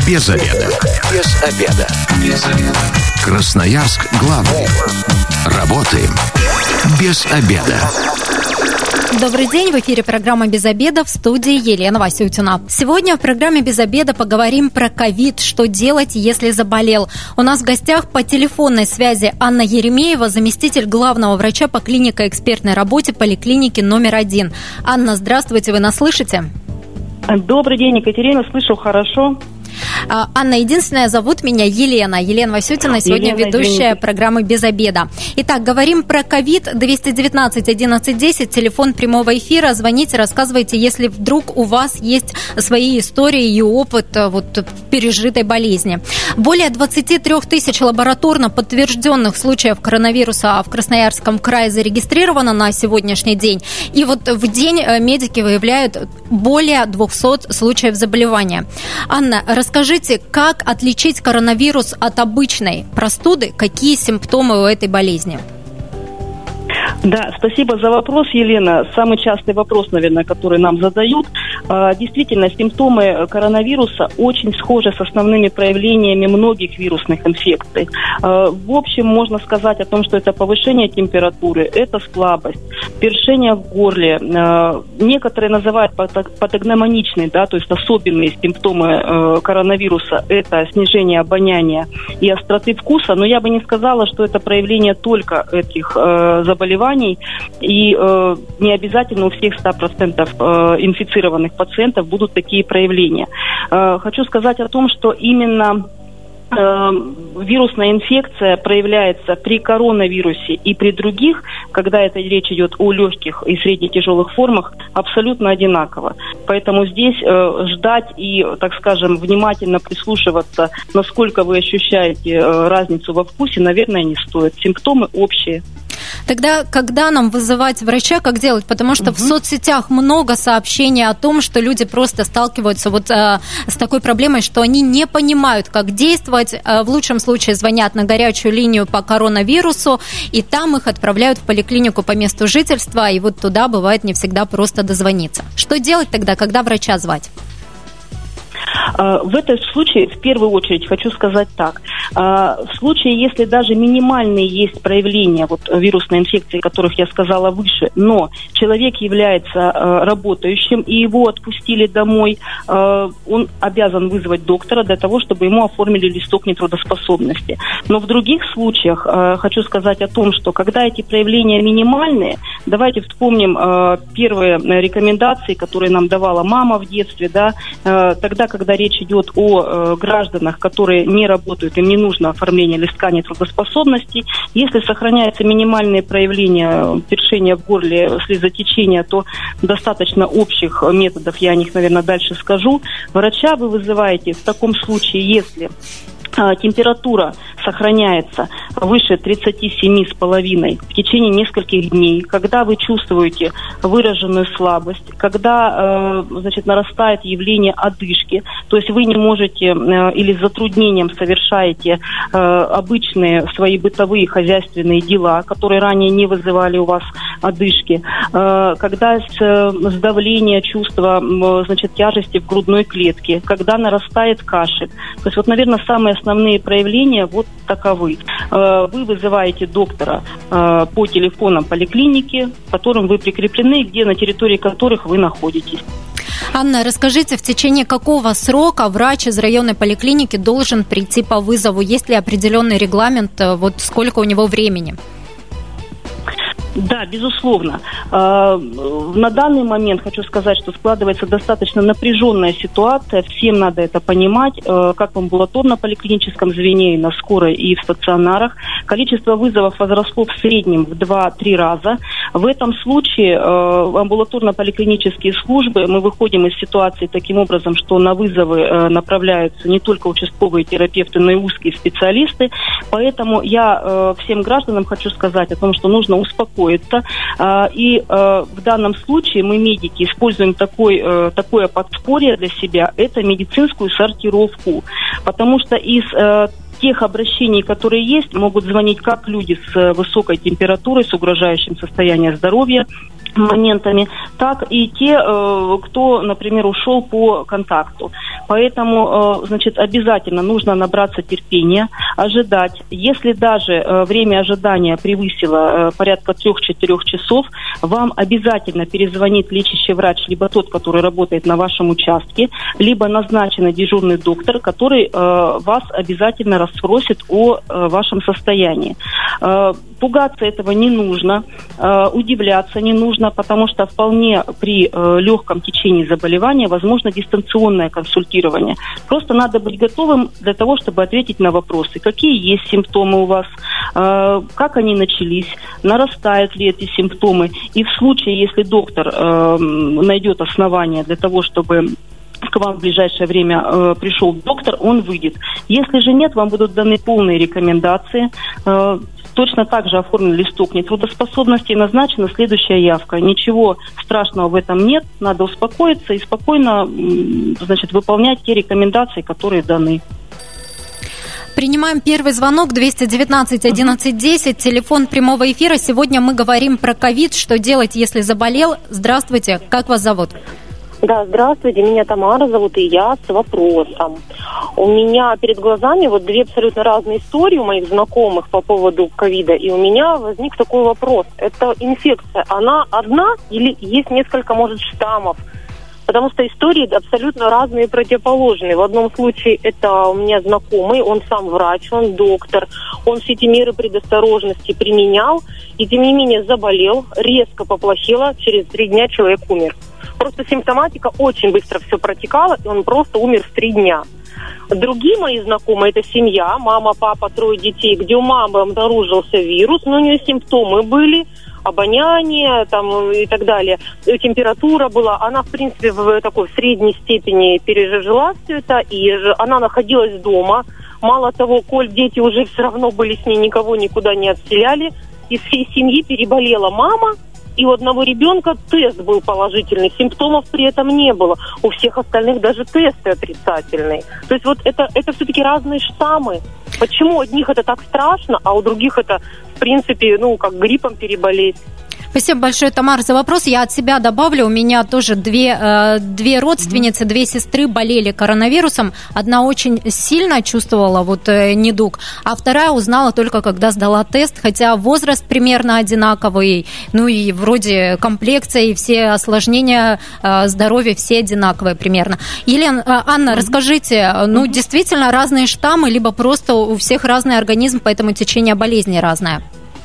Без обеда. Без обеда. Без обеда. Красноярск главный. Работаем без обеда. Добрый день, в эфире программа «Без обеда», в студии Елена Васютина. Сегодня в программе «Без обеда» поговорим про ковид, что делать, если заболел. У нас в гостях по телефонной связи Анна Еремеева, заместитель главного врача по клинико-экспертной работе поликлиники номер 1. Анна, здравствуйте, вы нас слышите? Добрый день, Екатерина, слышу хорошо. Анна, единственное, зовут меня Елена. Елена Васютина, сегодня ведущая программы «Без обеда». Итак, говорим про ковид. 219-11-10, телефон прямого эфира. Звоните, рассказывайте, если вдруг у вас есть свои истории и опыт пережитой болезни. Более 23 тысяч лабораторно подтвержденных случаев коронавируса в Красноярском крае зарегистрировано на сегодняшний день. И в день медики выявляют более 200 случаев заболевания. Анна, расскажите, как отличить коронавирус от обычной простуды? Какие симптомы у этой болезни? Да, спасибо за вопрос, Елена. Самый частый вопрос, наверное, который нам задают. Действительно, симптомы коронавируса очень схожи с основными проявлениями многих вирусных инфекций. В общем, можно сказать о том, что это повышение температуры, это слабость, першение в горле. Некоторые называют патогномоничные, то есть особенные симптомы коронавируса. Это снижение обоняния и остроты вкуса. Но я бы не сказала, что это проявление только этих заболеваний. И не обязательно у всех 100% инфицированных пациентов будут такие проявления. Хочу сказать о том, что именно вирусная инфекция проявляется при коронавирусе и при других, когда это речь идет о легких и средне-тяжелых формах, абсолютно одинаково. Поэтому здесь ждать и, так скажем, внимательно прислушиваться, насколько вы ощущаете разницу во вкусе, наверное, не стоит. Симптомы общие. Тогда, когда нам вызывать врача, как делать? Потому что в соцсетях много сообщений о том, что люди просто сталкиваются с такой проблемой, что они не понимают, как действовать. В лучшем случае звонят на горячую линию по коронавирусу, и там их отправляют в поликлинику по месту жительства, и туда бывает не всегда просто дозвониться. Что делать тогда, когда врача звать? В этом случае, в первую очередь, хочу сказать так. В случае, если даже минимальные есть проявления вирусной инфекции, которых я сказала выше, но человек является работающим и его отпустили домой, он обязан вызвать доктора для того, чтобы ему оформили листок нетрудоспособности. Но в других случаях хочу сказать о том, что когда эти проявления минимальные, давайте вспомним первые рекомендации, которые нам давала мама в детстве, тогда, когда речь идет о гражданах, которые не работают, им не нужно оформление листка нетрудоспособности. Если сохраняются минимальные проявления першения в горле, слезотечения, то достаточно общих методов, я о них, наверное, дальше скажу. Врача вы вызываете в таком случае, если температура сохраняется выше 37,5 в течение нескольких дней, когда вы чувствуете выраженную слабость, когда нарастает явление одышки, то есть вы не можете или с затруднением совершаете обычные свои бытовые хозяйственные дела, которые ранее не вызывали у вас одышки, когда с давления чувства тяжести в грудной клетке, когда нарастает кашель. То есть наверное, самые основные проявления таковы. Вы вызываете доктора по телефонам поликлиники, к которым вы прикреплены, на территории которых вы находитесь. Анна, расскажите, в течение какого срока врач из районной поликлиники должен прийти по вызову? Есть ли определенный регламент, сколько у него времени? Да, безусловно. На данный момент хочу сказать, что складывается достаточно напряженная ситуация. Всем надо это понимать, как в амбулаторно-поликлиническом звене, и на скорой, и в стационарах. Количество вызовов возросло в среднем в 2-3 раза. В этом случае амбулаторно-поликлинические службы, мы выходим из ситуации таким образом, что на вызовы направляются не только участковые терапевты, но и узкие специалисты. Поэтому я всем гражданам хочу сказать о том, что нужно успокоиться. И в данном случае мы, медики, используем такое подспорье для себя, это медицинскую сортировку. Потому что из тех обращений, которые есть, могут звонить как люди с высокой температурой, с угрожающим состоянием здоровья, моментами, так и те, кто, например, ушел по контакту. Поэтому, значит, обязательно нужно набраться терпения, ожидать. Если даже время ожидания превысило порядка 3-4 часов, вам обязательно перезвонит лечащий врач, либо тот, который работает на вашем участке, либо назначенный дежурный доктор, который вас обязательно расспросит о вашем состоянии. Пугаться этого не нужно, удивляться не нужно, потому что вполне при легком течении заболевания возможно дистанционное консультирование. Просто надо быть готовым для того, чтобы ответить на вопросы. Какие есть симптомы у вас, как они начались, нарастают ли эти симптомы. И в случае, если доктор найдет основания для того, чтобы к вам в ближайшее время пришел доктор, он выйдет. Если же нет, вам будут даны полные рекомендации. Точно так же оформлен листок нетрудоспособности и назначена следующая явка. Ничего страшного в этом нет. Надо успокоиться и спокойно, значит, выполнять те рекомендации, которые даны. Принимаем первый звонок, 219-11-10, телефон прямого эфира. Сегодня мы говорим про ковид, что делать, если заболел. Здравствуйте, как вас зовут? Да, здравствуйте, меня Тамара зовут, и я с вопросом. У меня перед глазами вот две абсолютно разные истории у моих знакомых по поводу ковида, и у меня возник такой вопрос. Эта инфекция, она одна или есть несколько, может, штаммов? Потому что истории абсолютно разные и противоположные. В одном случае это у меня знакомый, он сам врач, он доктор, он все эти меры предосторожности применял, и тем не менее заболел, резко поплохело, через 3 дня человек умер. Просто симптоматика очень быстро все протекала, и он просто умер в 3 дня. Другие мои знакомые, это семья, мама, папа, 3 детей, где у мамы обнаружился вирус, но у нее симптомы были, обоняние там, и так далее, температура была. Она, в принципе, в такой в средней степени пережила все это, и она находилась дома. Мало того, коль дети уже все равно были с ней, никого никуда не отселяли, из всей семьи переболела мама, и у одного ребенка тест был положительный, симптомов при этом не было. У всех остальных даже тесты отрицательные. То есть вот это все-таки разные штаммы. Почему у одних это так страшно, а у других это, в принципе, как гриппом переболеть? Спасибо большое, Тамара, за вопрос. Я от себя добавлю, у меня тоже две родственницы, 2 сестры болели коронавирусом. Одна очень сильно чувствовала недуг, а вторая узнала только, когда сдала тест, хотя возраст примерно одинаковый, и вроде комплекция и все осложнения здоровья все одинаковые примерно. Анна, расскажите, действительно разные штаммы, либо просто у всех разный организм, поэтому течение болезни разное?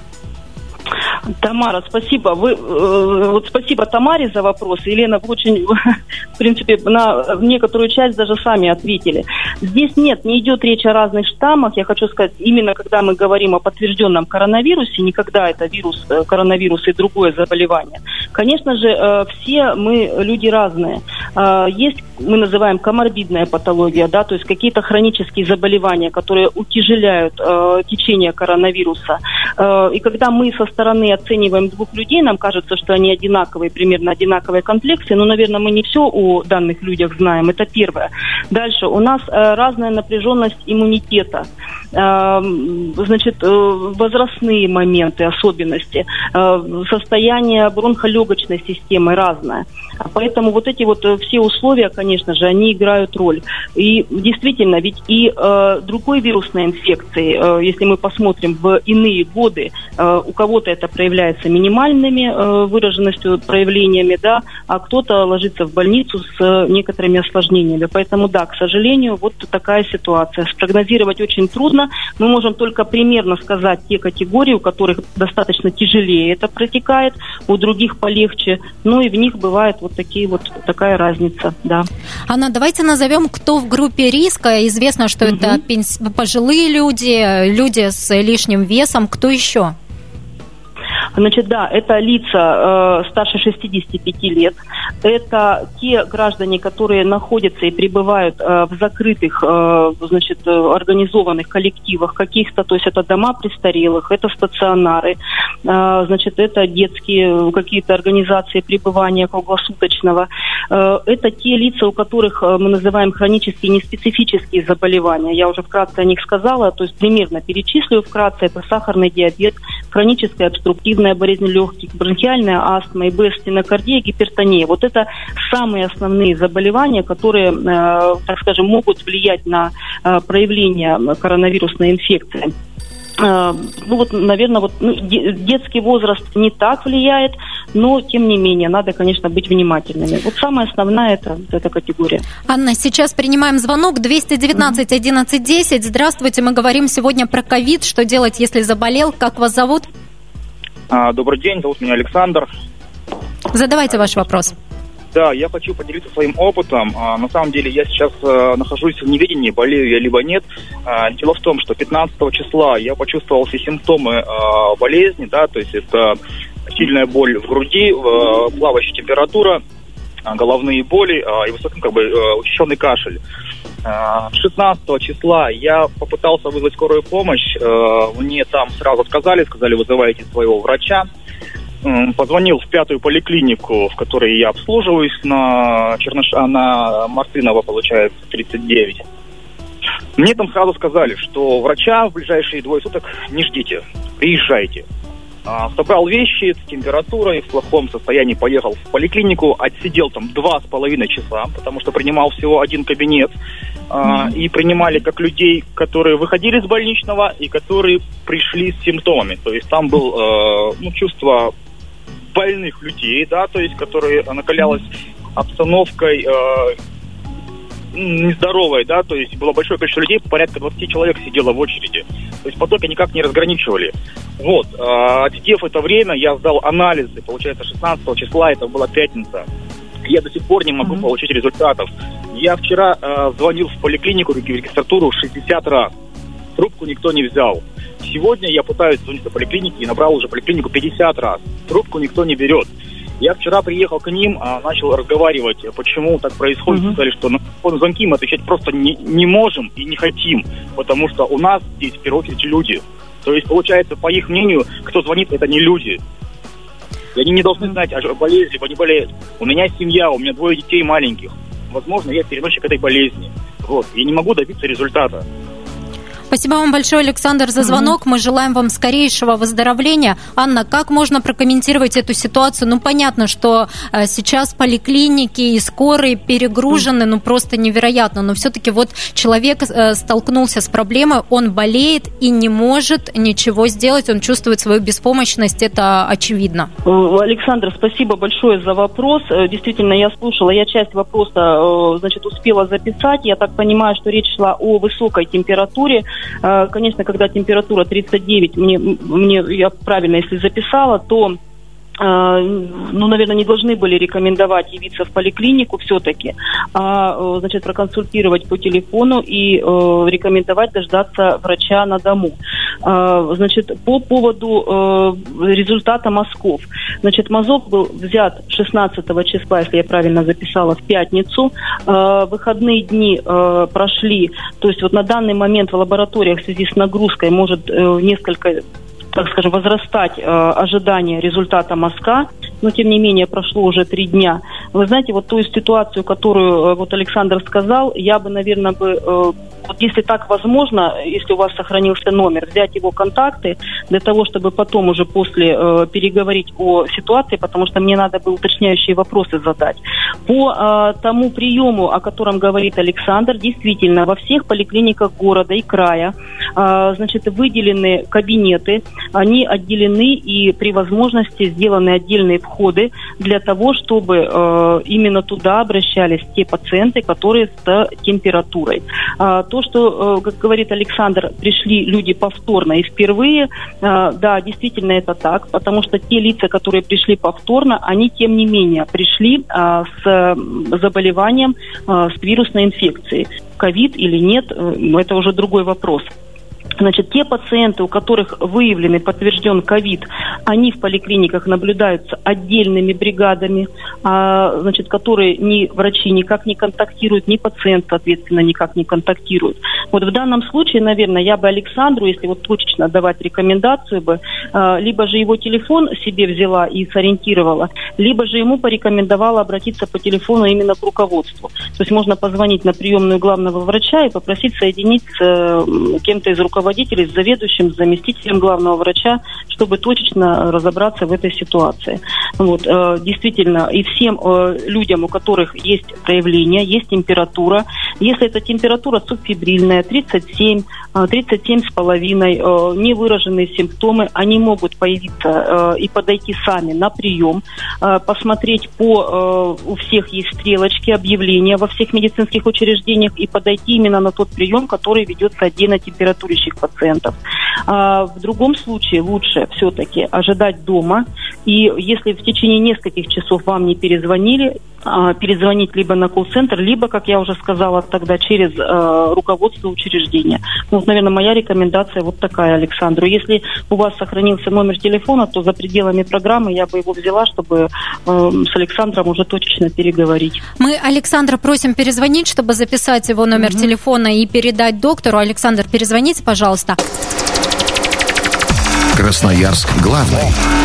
Тамара, спасибо. Спасибо Тамаре за вопрос. Елена, вы очень, в принципе, на некоторую часть даже сами ответили. Здесь не идет речь о разных штаммах. Я хочу сказать, именно когда мы говорим о подтвержденном коронавирусе, не когда это коронавирус и другое заболевание. Конечно же, все мы люди разные. Есть, мы называем, коморбидная патология, да, то есть какие-то хронические заболевания, которые утяжеляют течение коронавируса. И когда мы со стороны оцениваем 2 людей, нам кажется, что они одинаковые, примерно одинаковой комплекции, но, наверное, мы не все о данных людях знаем, это первое. Дальше, у нас разная напряженность иммунитета, возрастные моменты, особенности, состояние бронхолегочной системы разное. Поэтому эти все условия, конечно же, они играют роль. И действительно, ведь и другой вирусной инфекции, если мы посмотрим в иные годы, у кого-то это проявляется минимальными выраженностью, проявлениями, да, а кто-то ложится в больницу с некоторыми осложнениями. Поэтому, да, к сожалению, такая ситуация. Спрогнозировать очень трудно. Мы можем только примерно сказать те категории, у которых достаточно тяжелее это протекает, у других полегче, и в них бывает такая разница, да. Анна, давайте назовем, кто в группе риска. Известно, что это пожилые люди с лишним весом. Кто еще? Это лица старше 65 лет. Это те граждане, которые находятся и пребывают в закрытых, организованных коллективах каких-то, то есть это дома престарелых, это стационары, это детские какие-то организации пребывания круглосуточного. Это те лица, у которых мы называем хронические неспецифические заболевания. Я уже вкратце о них сказала, то есть примерно перечислю вкратце. Это сахарный диабет, хроническое обструктивное обструктивная болезнь легких, бронхиальная астма, ИБС, стенокардия, гипертония. Вот это самые основные заболевания, которые, так скажем, могут влиять на проявление коронавирусной инфекции. Наверное, детский возраст не так влияет, но, тем не менее, надо, конечно, быть внимательными. Вот самая основная это эта категория. Анна, сейчас принимаем звонок 219 11 10. Здравствуйте, мы говорим сегодня про ковид. Что делать, если заболел? Как вас зовут? Добрый день, зовут меня Александр. Задавайте ваш вопрос. Да, я хочу поделиться своим опытом. На самом деле я сейчас нахожусь в неведении, болею я либо нет. Дело в том, что 15 числа я почувствовал все симптомы болезни, да, то есть это сильная боль в груди, плавающая температура, головные боли и высокий учащенный кашель. 16 числа я попытался вызвать скорую помощь, мне там сразу отказали, сказали, вызывайте своего врача. Позвонил в 5-ю поликлинику, в которой я обслуживаюсь, на Мартынова, получается, 39. Мне там сразу сказали, что врача в ближайшие 2 суток не ждите, приезжайте. Собрал вещи с температурой, в плохом состоянии поехал в поликлинику, отсидел там 2,5 часа, потому что принимал всего один кабинет. И принимали как людей, которые выходили с больничного и которые пришли с симптомами. То есть там было чувство больных людей, да, то есть которые накалялась обстановкой нездоровой, да, то есть было большое количество людей, порядка 20 человек сидело в очереди. То есть потоки никак не разграничивали. Вот, отсидев это время, я сдал анализы, получается, 16 числа, это была пятница. Я до сих пор не могу получить результатов. Я вчера звонил в поликлинику, в регистратуру 60 раз. Трубку никто не взял. Сегодня я пытаюсь звонить в поликлинике и набрал уже поликлинику 50 раз. Трубку никто не берет. Я вчера приехал к ним, начал разговаривать, почему так происходит. Сказали, что на звонки мы отвечать просто не можем и не хотим, потому что у нас здесь в первую очередь люди. То есть, получается, по их мнению, кто звонит, это не люди. И они не должны знать, болеют либо не болеют. У меня семья, у меня 2 детей маленьких. Возможно, я переносчик этой болезни. Вот. Я не могу добиться результата. Спасибо вам большое, Александр, за звонок. Мы желаем вам скорейшего выздоровления. Анна, как можно прокомментировать эту ситуацию? Понятно, что сейчас поликлиники и скорые перегружены, просто невероятно. Но все-таки вот человек столкнулся с проблемой, он болеет и не может ничего сделать, он чувствует свою беспомощность, это очевидно. Александр, спасибо большое за вопрос. Действительно, я слушала, я часть вопроса, успела записать. Я так понимаю, что речь шла о высокой температуре. Конечно, когда температура 39, я правильно, если записала, то, наверное, не должны были рекомендовать явиться в поликлинику все-таки, проконсультировать по телефону и рекомендовать дождаться врача на дому. По поводу результата мазков. Мазок был взят 16 числа, если я правильно записала, в пятницу. Выходные дни прошли, то есть на данный момент в лабораториях в связи с нагрузкой может несколько, так скажем, возрастать ожидание результата мазка, но, тем не менее, прошло уже 3 дня. Вы знаете, ту ситуацию, которую Александр сказал, я бы, наверное, если так возможно, если у вас сохранился номер, взять его контакты для того, чтобы потом уже после переговорить о ситуации, потому что мне надо было уточняющие вопросы задать. По тому приему, о котором говорит Александр, действительно, во всех поликлиниках города и края, выделены кабинеты, они отделены и при возможности сделаны отдельные входы для того, чтобы именно туда обращались те пациенты, которые с температурой. То, что, как говорит Александр, пришли люди повторно и впервые, да, действительно это так, потому что те лица, которые пришли повторно, они, тем не менее, пришли с заболеванием, с вирусной инфекцией. Ковид или нет, это уже другой вопрос. Те пациенты, у которых выявлены, подтвержден ковид, они в поликлиниках наблюдаются отдельными бригадами, которые ни врачи никак не контактируют, ни пациент, соответственно, никак не контактирует. В данном случае, наверное, я бы Александру, если точечно давать рекомендацию бы, либо же его телефон себе взяла и сориентировала, либо же ему порекомендовала обратиться по телефону именно к руководству. То есть можно позвонить на приемную главного врача и попросить соединить с кем-то из руководителей, с заведующим, с заместителем главного врача, чтобы точечно разобраться в этой ситуации. Вот, действительно, и всем людям, у которых есть проявления, есть температура, если эта температура субфебрильная, 37, 37,5, невыраженные симптомы, они могут появиться и подойти сами на прием, посмотреть у всех есть стрелочки, объявления во всех медицинских учреждениях и подойти именно на тот прием, который ведется отдельно температурящих пациентов. В другом случае лучше все-таки ожидать дома, и если в течение нескольких часов вам не перезвонили, перезвонить либо на колл-центр, либо, как я уже сказала тогда, через руководство учреждения. Вот, наверное, моя рекомендация вот такая Александру. Если у вас сохранился номер телефона, то за пределами программы я бы его взяла, чтобы с Александром уже точечно переговорить. Мы Александра просим перезвонить, чтобы записать его номер телефона и передать доктору. Александр, перезвоните, пожалуйста. Красноярск главный.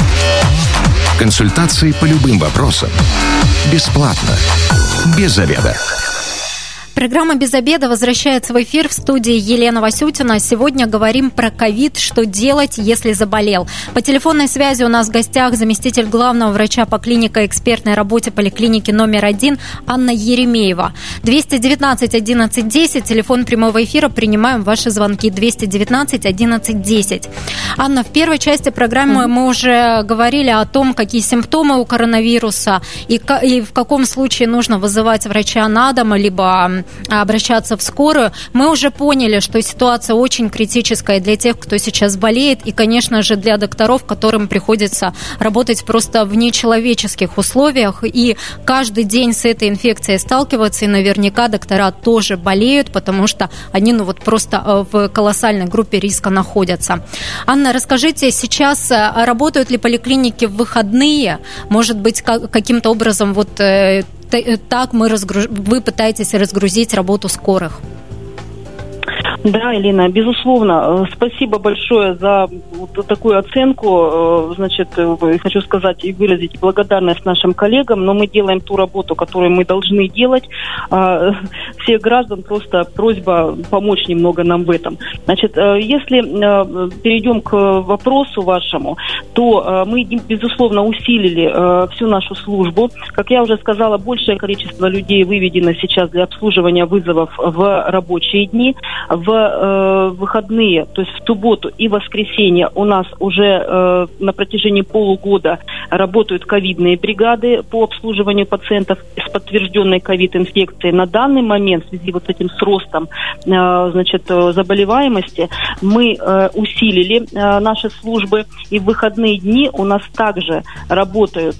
Консультации по любым вопросам. Бесплатно. Без обеда. Программа «Без обеда» возвращается в эфир. В студии Елена Васютина. Сегодня говорим про ковид, что делать, если заболел. По телефонной связи у нас в гостях заместитель главного врача по клинико-экспертной работе поликлиники номер 1 Анна Еремеева. 219 11 10, телефон прямого эфира. Принимаем ваши звонки. 219 11 10. Анна, в первой части программы мы уже говорили о том, какие симптомы у коронавируса и в каком случае нужно вызывать врача на дом, либо обращаться в скорую. Мы уже поняли, что ситуация очень критическая для тех, кто сейчас болеет, и, конечно же, для докторов, которым приходится работать просто в нечеловеческих условиях, и каждый день с этой инфекцией сталкиваться, и наверняка доктора тоже болеют, потому что они просто в колоссальной группе риска находятся. Анна, расскажите, сейчас работают ли поликлиники в выходные? Может быть, каким-то образом так вы пытаетесь разгрузить работу скорых? Да, Елена, безусловно. Спасибо большое за такую оценку. Значит, хочу сказать и выразить благодарность нашим коллегам, но мы делаем ту работу, которую мы должны делать. Всех граждан просто просьба помочь немного нам в этом. Значит, если перейдем к вопросу вашему, то мы, безусловно, усилили всю нашу службу. Как я уже сказала, большее количество людей выведено сейчас для обслуживания вызовов в рабочие дни. В выходные, то есть в субботу и воскресенье у нас уже на протяжении полугода работают ковидные бригады по обслуживанию пациентов с подтвержденной ковид-инфекцией. На данный момент в связи с этим с ростом заболеваемости мы усилили наши службы, и в выходные дни у нас также работают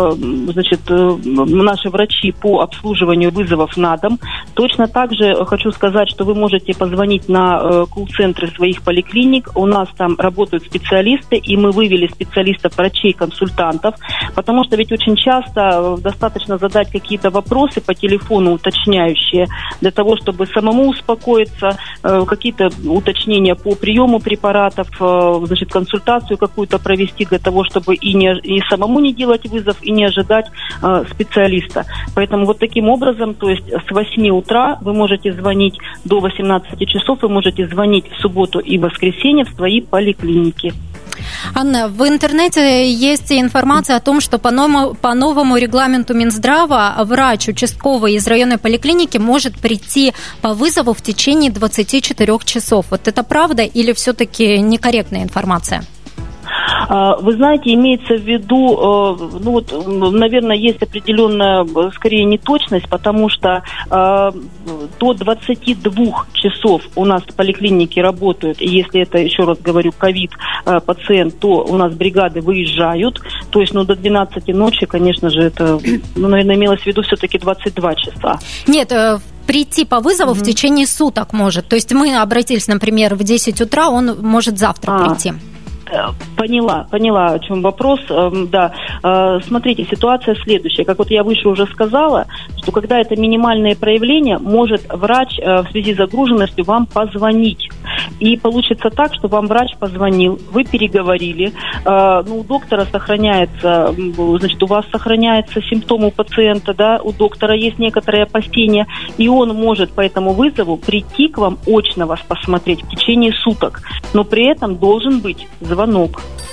наши врачи по обслуживанию вызовов на дом. Точно так же хочу сказать, что вы можете позвонить на колл-центры своих поликлиник. У нас там работают специалисты, и мы вывели специалистов, врачей, консультантов, потому что ведь очень часто достаточно задать какие-то вопросы по телефону уточняющие, для того, чтобы самому успокоиться, какие-то уточнения по приему препаратов, консультацию какую-то провести для того, чтобы и самому не делать вызов, и не ожидать специалиста. Поэтому вот таким образом, то есть с 8 утра вы можете звонить до 18 часов, вы можете звонить в субботу и воскресенье в свои поликлиники. Анна, в интернете есть информация о том, что по новому регламенту Минздрава врач участковый из районной поликлиники может прийти по вызову в течение 24 часов. Вот это правда или все-таки некорректная информация? Вы знаете, имеется в виду, наверное, есть определенная, скорее, неточность, потому что до 22 часов у нас поликлиники работают, и если это, еще раз говорю, ковид-пациент, то у нас бригады выезжают, то есть, до 12 ночи, конечно же, это, наверное, имелось в виду все-таки 22 часа. Нет, прийти по вызову в течение суток может, то есть мы обратились, например, в 10 утра, он может завтра прийти. Поняла, о чем вопрос. Да, смотрите, ситуация следующая. Как я выше уже сказала, что когда это минимальные проявления, может врач в связи с загруженностью вам позвонить. И получится так, что вам врач позвонил, вы переговорили, у доктора сохраняется, у вас сохраняется симптом у пациента, да, у доктора есть некоторые опасения, и он может по этому вызову прийти к вам очно вас посмотреть в течение суток, но при этом должен быть звонок.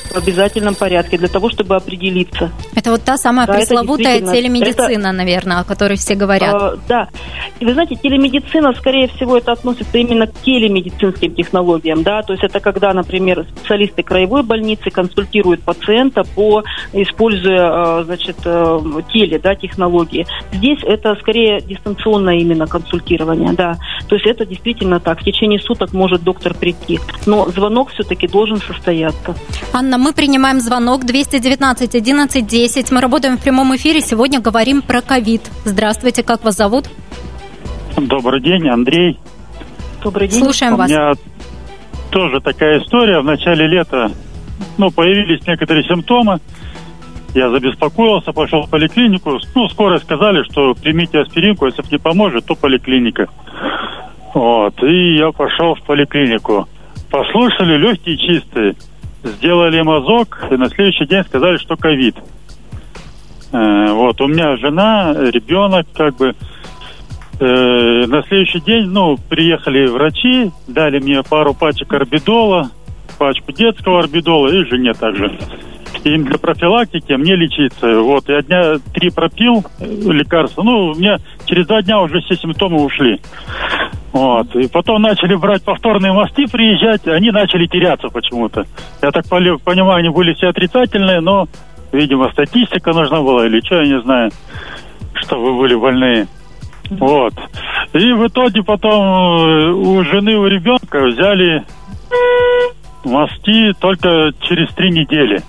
в обязательном порядке для того, чтобы определиться. Это вот та самая пресловутая телемедицина, наверное, о которой все говорят. Да. И вы знаете, телемедицина, скорее всего, это относится именно к телемедицинским технологиям, да, то есть это когда, например, специалисты краевой больницы консультируют пациента используя, технологии. Здесь это скорее дистанционное именно консультирование, да. То есть это действительно так. В течение суток может доктор прийти. Но звонок все-таки должен состояться. Анна, мы принимаем звонок 219 11 10. Мы работаем в прямом эфире. Сегодня говорим про ковид. Здравствуйте, как вас зовут? Добрый день, Андрей. Добрый день. Слушаем вас. У меня тоже такая история. В начале лета появились некоторые симптомы. Я забеспокоился, пошел в поликлинику. Скоро сказали, что примите аспиринку, если не поможет, то поликлиника. И я пошел в поликлинику. Послушали, легкие чистые. Сделали мазок, и на следующий день сказали, что ковид. У меня жена, ребенок, на следующий день, приехали врачи, дали мне пару пачек орбидола, пачку детского орбидола и жене также. Им для профилактики, мне лечиться. Я дня 3 пропил лекарства. У меня через 2 дня уже все симптомы ушли. И потом начали брать повторные мосты, приезжать, они начали теряться почему-то. Я так понимаю, они были все отрицательные, но, видимо, статистика нужна была или что, я не знаю, что вы были больные. И в итоге потом у жены, у ребенка взяли мосты только через 3 недели.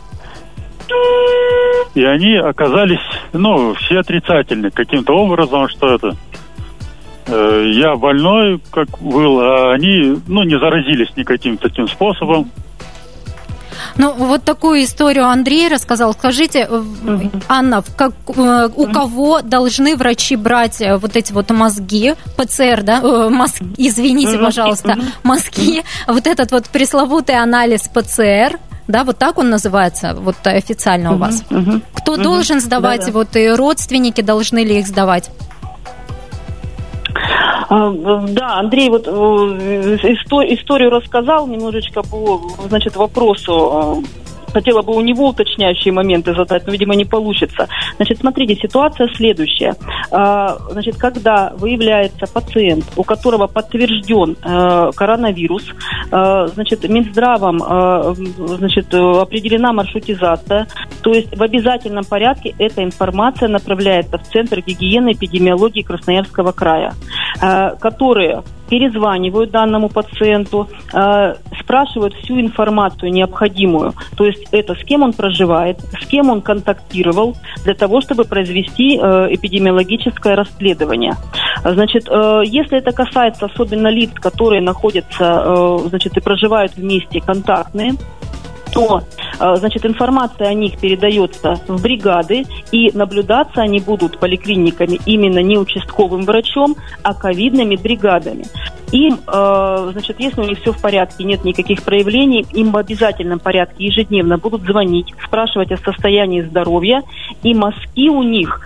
И они оказались, все отрицательны каким-то образом, что это. Я больной, как был, а они, не заразились никаким таким способом. Вот такую историю Андрей рассказал. Скажите, Анна, у кого должны врачи брать вот эти мозги, ПЦР, да? Извините, пожалуйста, мозги, вот этот пресловутый анализ ПЦР, да, вот так он называется, официально у вас. Кто должен сдавать, и родственники должны ли их сдавать? Да, Андрей историю рассказал немножечко по, вопросу. Хотела бы у него уточняющие моменты задать, но, видимо, не получится. Смотрите, ситуация следующая. Когда выявляется пациент, у которого подтвержден коронавирус, Минздравом определена маршрутизация, то есть в обязательном порядке эта информация направляется в Центр гигиены и эпидемиологии Красноярского края, которые перезванивают данному пациенту, спрашивают всю информацию необходимую, то есть это с кем он проживает, с кем он контактировал, для того, чтобы произвести эпидемиологическое расследование. Если это касается особенно лиц, которые находятся, и проживают вместе, контактные, то, информация о них передается в бригады, и наблюдаться они будут поликлиниками именно не участковым врачом, а ковидными бригадами. Им, если у них все в порядке, нет никаких проявлений, им в обязательном порядке ежедневно будут звонить, спрашивать о состоянии здоровья, и мазки у них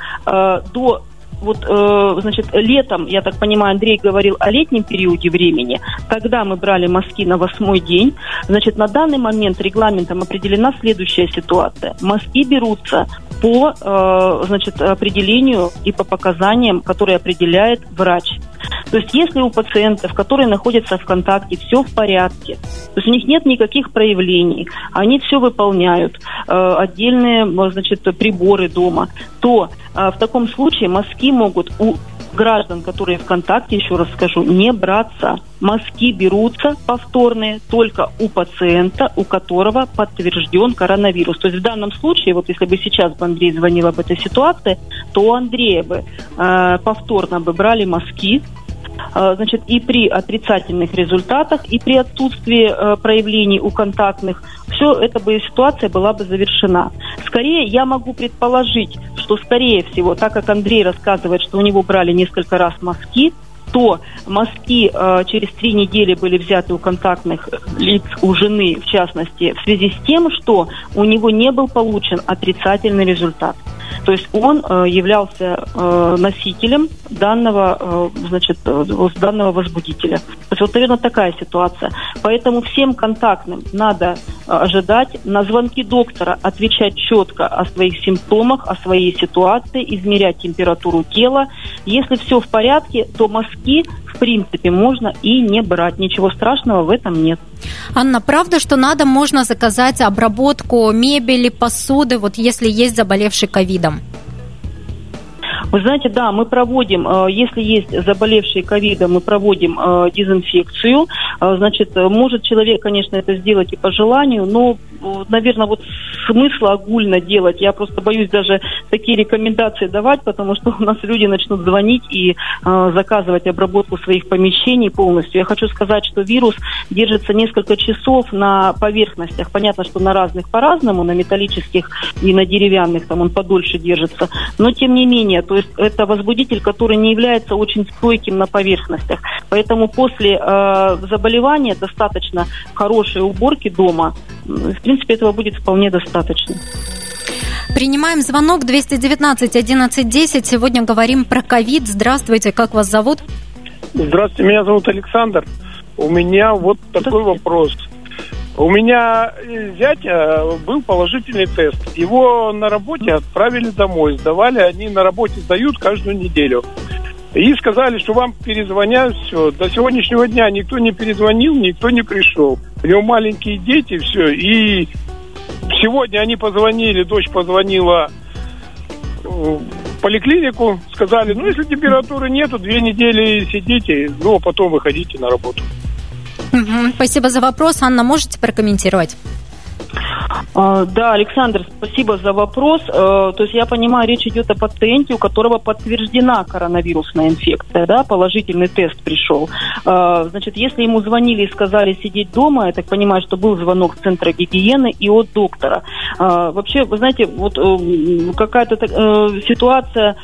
летом, я так понимаю, Андрей говорил о летнем периоде времени, когда мы брали мазки на 8-й день, на данный момент регламентом определена следующая ситуация. Мазки берутся по, определению и по показаниям, которые определяет врач. То есть если у пациентов, которые находятся в контакте, все в порядке, то есть у них нет никаких проявлений, они все выполняют, отдельные, приборы дома, то в таком случае мазки могут у граждан, которые в контакте, еще раз скажу, не браться. Мазки берутся повторные только у пациента, у которого подтвержден коронавирус. То есть в данном случае, если бы сейчас Андрей звонил об этой ситуации, то у Андрея бы повторно брали мазки, и при отрицательных результатах, и при отсутствии проявлений у контактных, все эта ситуация была бы завершена. Скорее, я могу предположить, что, скорее всего, так как Андрей рассказывает, что у него брали несколько раз мазки, то мазки через 3 недели были взяты у контактных лиц, у жены, в частности, в связи с тем, что у него не был получен отрицательный результат. То есть он являлся носителем данного возбудителя. То есть вот, наверное, такая ситуация. Поэтому всем контактным надо ожидать на звонки доктора, отвечать четко о своих симптомах, о своей ситуации, измерять температуру тела. Если все в порядке, то мазки, в принципе, можно и не брать. Ничего страшного в этом нет. Анна, правда, что можно заказать обработку мебели, посуды, вот если есть заболевший ковидом? Вы знаете, да, мы проводим, если есть заболевшие ковидом, мы проводим дезинфекцию. Значит, может человек, конечно, это сделать и по желанию, но, наверное, вот смысла огульно делать, я просто боюсь даже такие рекомендации давать, потому что у нас люди начнут звонить и заказывать обработку своих помещений полностью. Я хочу сказать, что вирус держится несколько часов на поверхностях. Понятно, что на разных по-разному, на металлических и на деревянных там он подольше держится, но тем не менее, то есть это возбудитель, который не является очень стойким на поверхностях. Поэтому после заболевания достаточно хорошей уборки дома. В принципе, этого будет вполне достаточно. Принимаем звонок 219 11 10. Сегодня говорим про ковид. Здравствуйте, как вас зовут? Здравствуйте, меня зовут Александр. У меня вот такой вопрос. У меня зятя был положительный тест. Его на работе отправили домой. Сдавали, они на работе сдают каждую неделю. И сказали, что вам перезвонят, все. До сегодняшнего дня никто не перезвонил, никто не пришел. У него маленькие дети, все. И сегодня они позвонили, дочь позвонила в поликлинику, сказали, если температуры нету, 2 недели сидите, а потом выходите на работу. Спасибо за вопрос. Анна, можете прокомментировать? Да, Александр, спасибо за вопрос. То есть я понимаю, речь идет о пациенте, у которого подтверждена коронавирусная инфекция, да, положительный тест пришел. Значит, если ему звонили и сказали сидеть дома, я так понимаю, что был звонок с центра гигиены и от доктора. Вообще, вы знаете, вот какая-то ситуация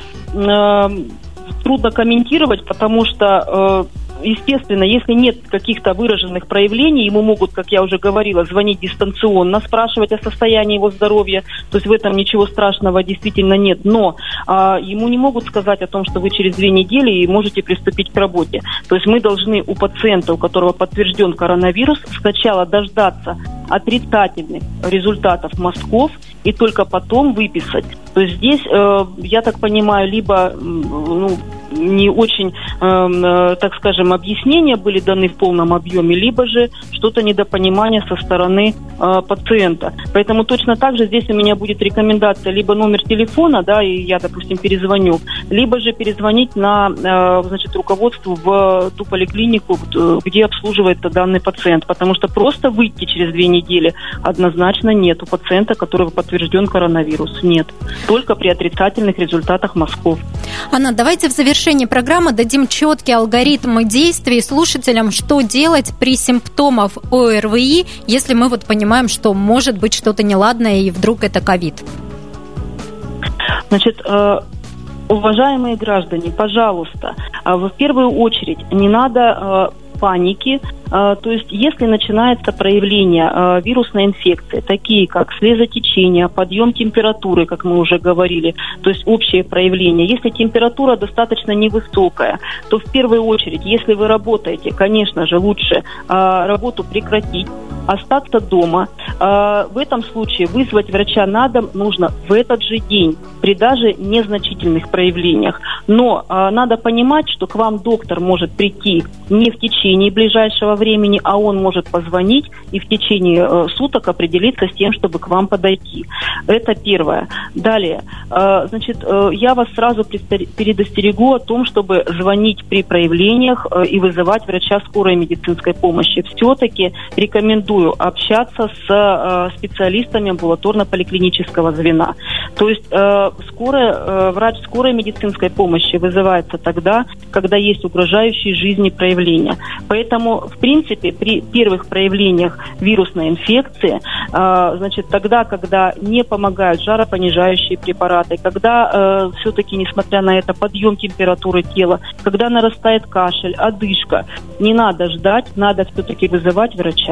трудно комментировать, потому что естественно, если нет каких-то выраженных проявлений, ему могут, как я уже говорила, звонить дистанционно, спрашивать о состоянии его здоровья. То есть в этом ничего страшного действительно нет. Но ему не могут сказать о том, что вы через 2 недели можете приступить к работе. То есть мы должны у пациента, у которого подтвержден коронавирус, сначала дождаться отрицательных результатов мазков и только потом выписать. То есть здесь, я так понимаю, либо не очень, так скажем, объяснения были даны в полном объеме, либо же что-то недопонимание со стороны пациента. Поэтому точно так же здесь у меня будет рекомендация либо номер телефона, да, и я, допустим, перезвоню, либо же перезвонить на, значит, руководству в ту поликлинику, где обслуживается данный пациент, потому что просто выйти через 2 недели однозначно нет у пациента, у которого подтвержден коронавирус. Нет. Только при отрицательных результатах мазков. Анна, давайте в завершении программы дадим четкий алгоритм действий слушателям, что делать при симптомах ОРВИ, если мы понимаем, что может быть что-то неладное и вдруг это ковид. Значит, уважаемые граждане, пожалуйста, в первую очередь не надо паники. То есть, если начинается проявление вирусной инфекции, такие как слезотечение, подъем температуры, как мы уже говорили, то есть общее проявление, если температура достаточно невысокая, то в первую очередь, если вы работаете, конечно же, лучше работу прекратить, остаться дома. В этом случае вызвать врача на дом нужно в этот же день, при даже незначительных проявлениях. Но надо понимать, что к вам доктор может прийти не в течение ближайшего времени, а он может позвонить и в течение суток определиться с тем, чтобы к вам подойти. Это первое. Далее, значит, я вас сразу предостерегу о том, чтобы звонить при проявлениях и вызывать врача скорой медицинской помощи. Все-таки рекомендую общаться с специалистами амбулаторно-поликлинического звена. То есть врач скорой медицинской помощи вызывается тогда, когда есть угрожающие жизни проявления. Поэтому, в принципе, при первых проявлениях вирусной инфекции, значит, тогда, когда не помогают жаропонижающие препараты, когда все-таки, несмотря на это, подъем температуры тела, когда нарастает кашель, одышка, не надо ждать, надо все-таки вызывать врача.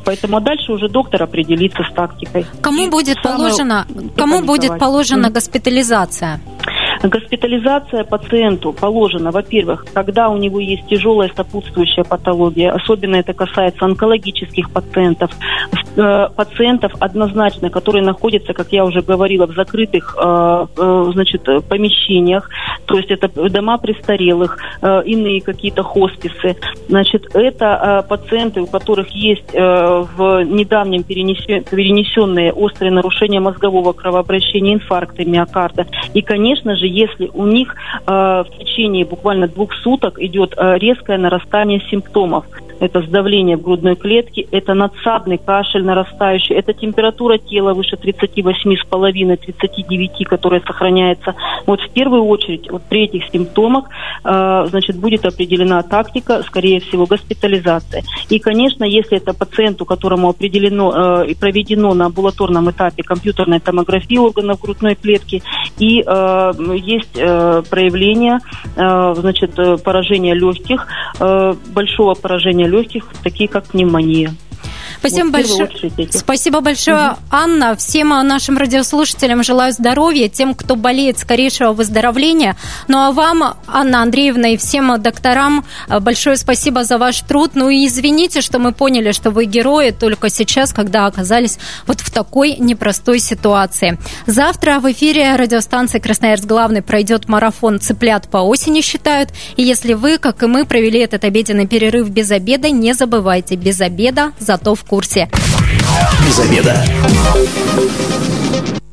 Поэтому дальше уже доктор определится с тактикой. Кому будет положена госпитализация? Госпитализация пациенту положена, во-первых, когда у него есть тяжелая сопутствующая патология, особенно это касается онкологических пациентов, однозначно, которые находятся, как я уже говорила, в закрытых помещениях, то есть это дома престарелых, иные какие-то хосписы. Значит, это пациенты, у которых есть в недавнем перенесенные острые нарушения мозгового кровообращения, инфаркты миокарда. И, конечно же, если у них в течение буквально 2 суток идет резкое нарастание симптомов, это сдавление в грудной клетке, это надсадный кашель нарастающий, это температура тела выше 38,5-39, которая сохраняется. Вот в первую очередь вот при этих симптомах будет определена тактика, скорее всего, госпитализация. И, конечно, если это пациенту, которому определено и проведено на амбулаторном этапе компьютерная томография органов грудной клетки, и есть проявление поражения легких, большого поражения легких, такие как пневмония. Спасибо большое, Анна. Всем нашим радиослушателям желаю здоровья, тем, кто болеет, скорейшего выздоровления. Ну а вам, Анна Андреевна, и всем докторам большое спасибо за ваш труд. Ну и извините, что мы поняли, что вы герои только сейчас, когда оказались вот в такой непростой ситуации. Завтра в эфире радиостанции «Красноярск главный» пройдет марафон «Цыплят по осени считают». И если вы, как и мы, провели этот обеденный перерыв без обеда, не забывайте, без обеда, зато в курсе. Без обеда.